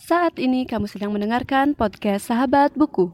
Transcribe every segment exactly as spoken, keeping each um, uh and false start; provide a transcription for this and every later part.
Saat ini kamu sedang mendengarkan podcast Sahabat Buku.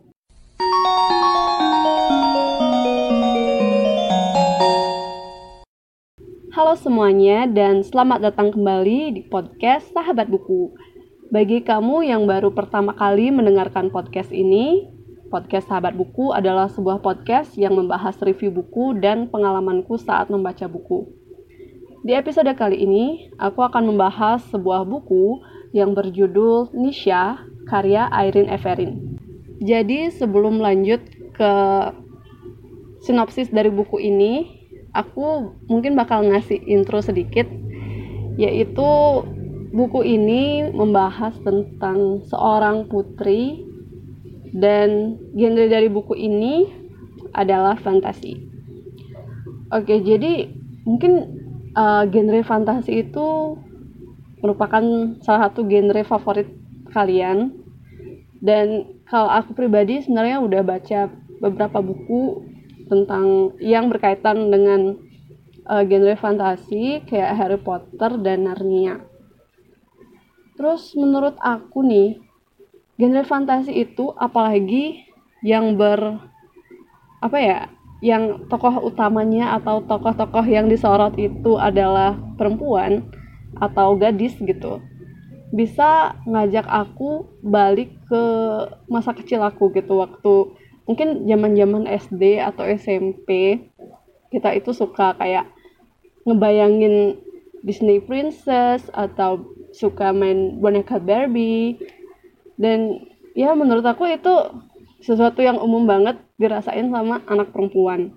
Halo semuanya dan selamat datang kembali di podcast Sahabat Buku. Bagi kamu yang baru pertama kali mendengarkan podcast ini, podcast Sahabat Buku adalah sebuah podcast yang membahas review buku dan pengalamanku saat membaca buku. Di episode kali ini, aku akan membahas sebuah buku yang berjudul Nisha, karya Irene Everin. Jadi sebelum lanjut ke sinopsis dari buku ini, aku mungkin bakal ngasih intro sedikit, yaitu buku ini membahas tentang seorang putri dan genre dari buku ini adalah fantasi. Oke, jadi mungkin uh, genre fantasi itu merupakan salah satu genre favorit kalian. Dan kalau aku pribadi sebenarnya udah baca beberapa buku tentang yang berkaitan dengan uh, genre fantasi kayak Harry Potter dan Narnia. Terus menurut aku nih, genre fantasi itu apalagi yang ber apa ya, yang tokoh utamanya atau tokoh-tokoh yang disorot itu adalah perempuan atau gadis gitu, bisa ngajak aku balik ke masa kecil aku gitu, waktu mungkin zaman-zaman S D atau S M P. Kita itu suka kayak ngebayangin Disney Princess atau suka main boneka Barbie. Dan ya menurut aku itu sesuatu yang umum banget dirasain sama anak perempuan.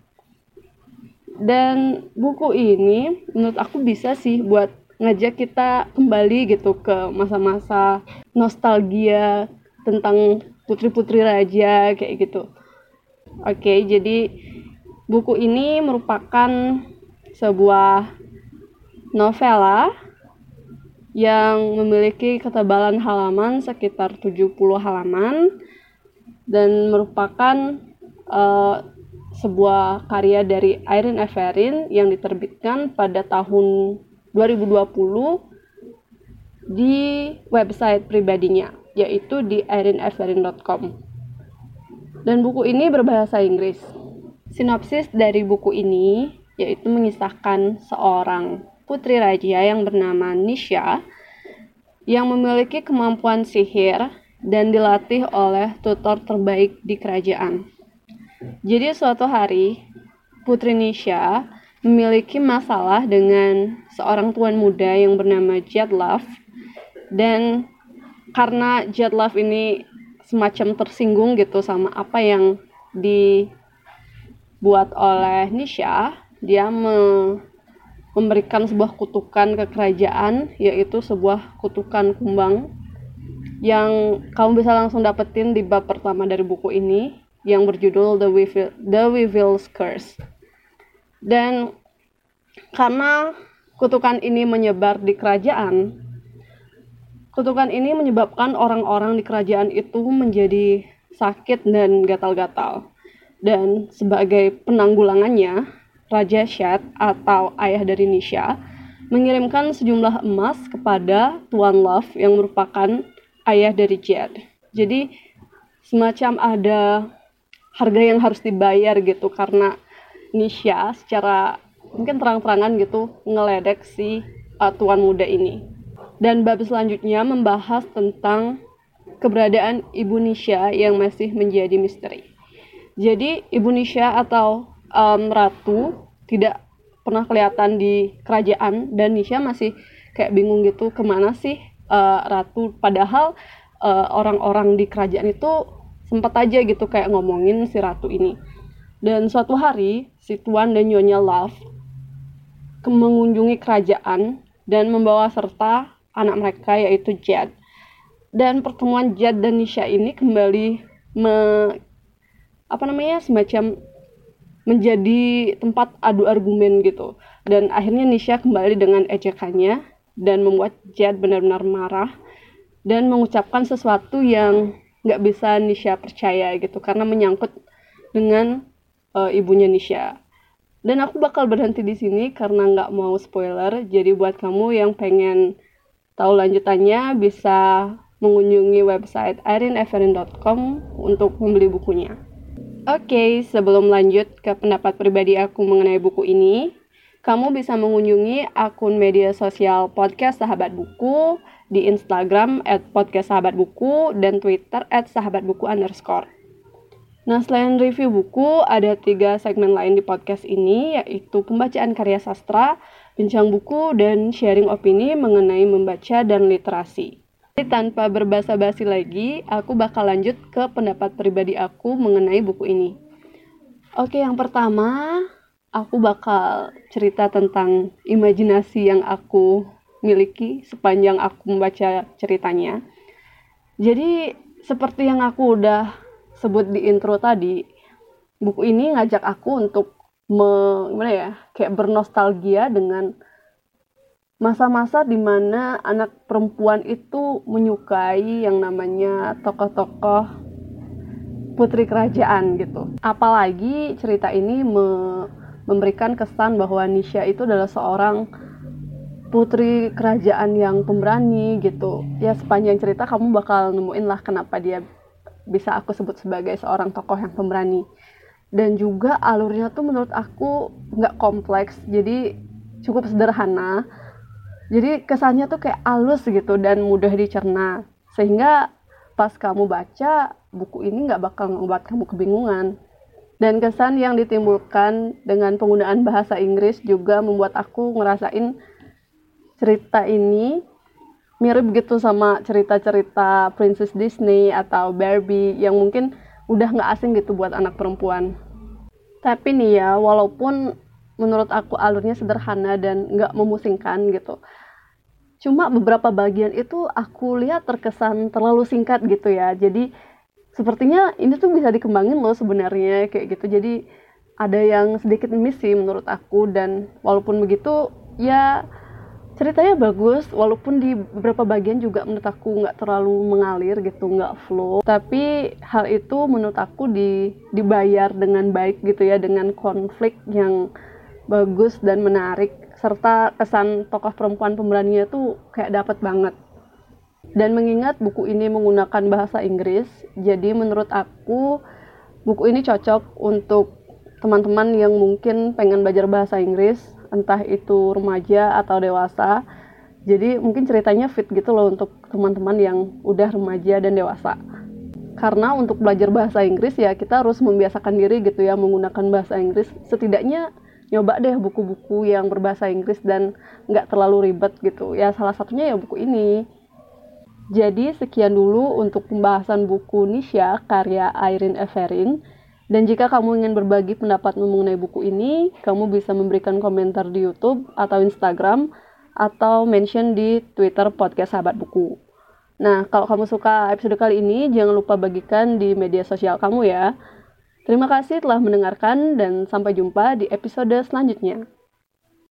Dan buku ini menurut aku bisa sih buat ngajak kita kembali gitu ke masa-masa nostalgia tentang putri-putri raja kayak gitu. Oke, jadi buku ini merupakan sebuah novela yang memiliki ketebalan halaman sekitar tujuh puluh halaman dan merupakan uh, sebuah karya dari Irene Everin yang diterbitkan pada tahun dua ribu dua puluh di website pribadinya, yaitu di irene everin dot com. Dan buku ini berbahasa Inggris. Sinopsis dari buku ini yaitu mengisahkan seorang putri raja yang bernama Nisha yang memiliki kemampuan sihir dan dilatih oleh tutor terbaik di kerajaan. Jadi suatu hari, Putri Nisha memiliki masalah dengan seorang tuan muda yang bernama Dyatlov, dan karena Dyatlov ini semacam tersinggung gitu sama apa yang dibuat oleh Nisha, dia me- memberikan sebuah kutukan ke kerajaan, yaitu sebuah kutukan kumbang yang kamu bisa langsung dapetin di bab pertama dari buku ini yang berjudul The Weevil, The Weevil's Curse. Dan karena kutukan ini menyebar di kerajaan, kutukan ini menyebabkan orang-orang di kerajaan itu menjadi sakit dan gatal-gatal. Dan sebagai penanggulangannya, Raja Shad atau ayah dari Nisha mengirimkan sejumlah emas kepada Tuan Love yang merupakan ayah dari Jad. Jadi semacam ada harga yang harus dibayar gitu karena Nisha secara mungkin terang-terangan gitu ngeledek si uh, tuan muda ini. Dan bab selanjutnya membahas tentang keberadaan Ibu Nisha yang masih menjadi misteri. Jadi Ibu Nisha atau um, ratu tidak pernah kelihatan di kerajaan, dan Nisha masih kayak bingung gitu kemana sih uh, ratu, padahal uh, orang-orang di kerajaan itu sempat aja gitu kayak ngomongin si ratu ini. Dan suatu hari si tuan dan nyonya Love mengunjungi kerajaan dan membawa serta anak mereka yaitu Jad. Dan pertemuan Jad dan Nisha ini kembali me, apa namanya semacam menjadi tempat adu argumen gitu. Dan akhirnya Nisha kembali dengan ejekannya dan membuat Jad benar-benar marah dan mengucapkan sesuatu yang nggak bisa Nisha percaya gitu karena menyangkut dengan uh, ibunya Nisha. Dan aku bakal berhenti di sini karena nggak mau spoiler. Jadi buat kamu yang pengen tahu lanjutannya bisa mengunjungi website irene everin dot com untuk membeli bukunya. Oke, sebelum lanjut ke pendapat pribadi aku mengenai buku ini, kamu bisa mengunjungi akun media sosial podcast Sahabat Buku di Instagram at podcast sahabat buku dan Twitter at sahabat buku underscore. Nah, selain review buku, ada tiga segmen lain di podcast ini, yaitu pembacaan karya sastra, bincang buku, dan sharing opini mengenai membaca dan literasi. Jadi, tanpa berbasa-basi lagi, aku bakal lanjut ke pendapat pribadi aku mengenai buku ini. Oke, yang pertama, aku bakal cerita tentang imajinasi yang aku miliki sepanjang aku membaca ceritanya. Jadi, seperti yang aku udah sebut di intro tadi, buku ini ngajak aku untuk me, gimana ya, kayak bernostalgia dengan masa-masa di mana anak perempuan itu menyukai yang namanya tokoh-tokoh putri kerajaan gitu. Apalagi cerita ini me- memberikan kesan bahwa Nisha itu adalah seorang putri kerajaan yang pemberani gitu. Ya, sepanjang cerita kamu bakal nemuin lah kenapa dia bisa aku sebut sebagai seorang tokoh yang pemberani. Dan juga alurnya tuh menurut aku nggak kompleks, jadi cukup sederhana. Jadi kesannya tuh kayak halus gitu dan mudah dicerna, sehingga pas kamu baca buku ini nggak bakal membuat kamu kebingungan. Dan kesan yang ditimbulkan dengan penggunaan bahasa Inggris juga membuat aku ngerasain cerita ini mirip gitu sama cerita-cerita Princess Disney atau Barbie yang mungkin udah nggak asing gitu buat anak perempuan. Tapi nih ya, walaupun menurut aku alurnya sederhana dan nggak memusingkan gitu, cuma beberapa bagian itu aku lihat terkesan terlalu singkat gitu ya. Jadi sepertinya ini tuh bisa dikembangin loh sebenarnya kayak gitu. Jadi ada yang sedikit miss sih menurut aku, dan walaupun begitu ya ceritanya bagus, walaupun di beberapa bagian juga menurut aku nggak terlalu mengalir gitu, nggak flow. Tapi hal itu menurut aku di, dibayar dengan baik gitu ya, dengan konflik yang bagus dan menarik, serta kesan tokoh perempuan pemberaninya tuh kayak dapet banget. Dan mengingat buku ini menggunakan bahasa Inggris, jadi menurut aku buku ini cocok untuk teman-teman yang mungkin pengen belajar bahasa Inggris, entah itu remaja atau dewasa. Jadi mungkin ceritanya fit gitu loh untuk teman-teman yang udah remaja dan dewasa. Karena untuk belajar bahasa Inggris ya kita harus membiasakan diri gitu ya menggunakan bahasa Inggris. Setidaknya nyoba deh buku-buku yang berbahasa Inggris dan nggak terlalu ribet gitu. Ya salah satunya ya buku ini. Jadi sekian dulu untuk pembahasan buku Nisha karya Irene Everin. Dan jika kamu ingin berbagi pendapatmu mengenai buku ini, kamu bisa memberikan komentar di YouTube atau Instagram, atau mention di Twitter podcast Sahabat Buku. Nah, kalau kamu suka episode kali ini, jangan lupa bagikan di media sosial kamu ya. Terima kasih telah mendengarkan dan sampai jumpa di episode selanjutnya.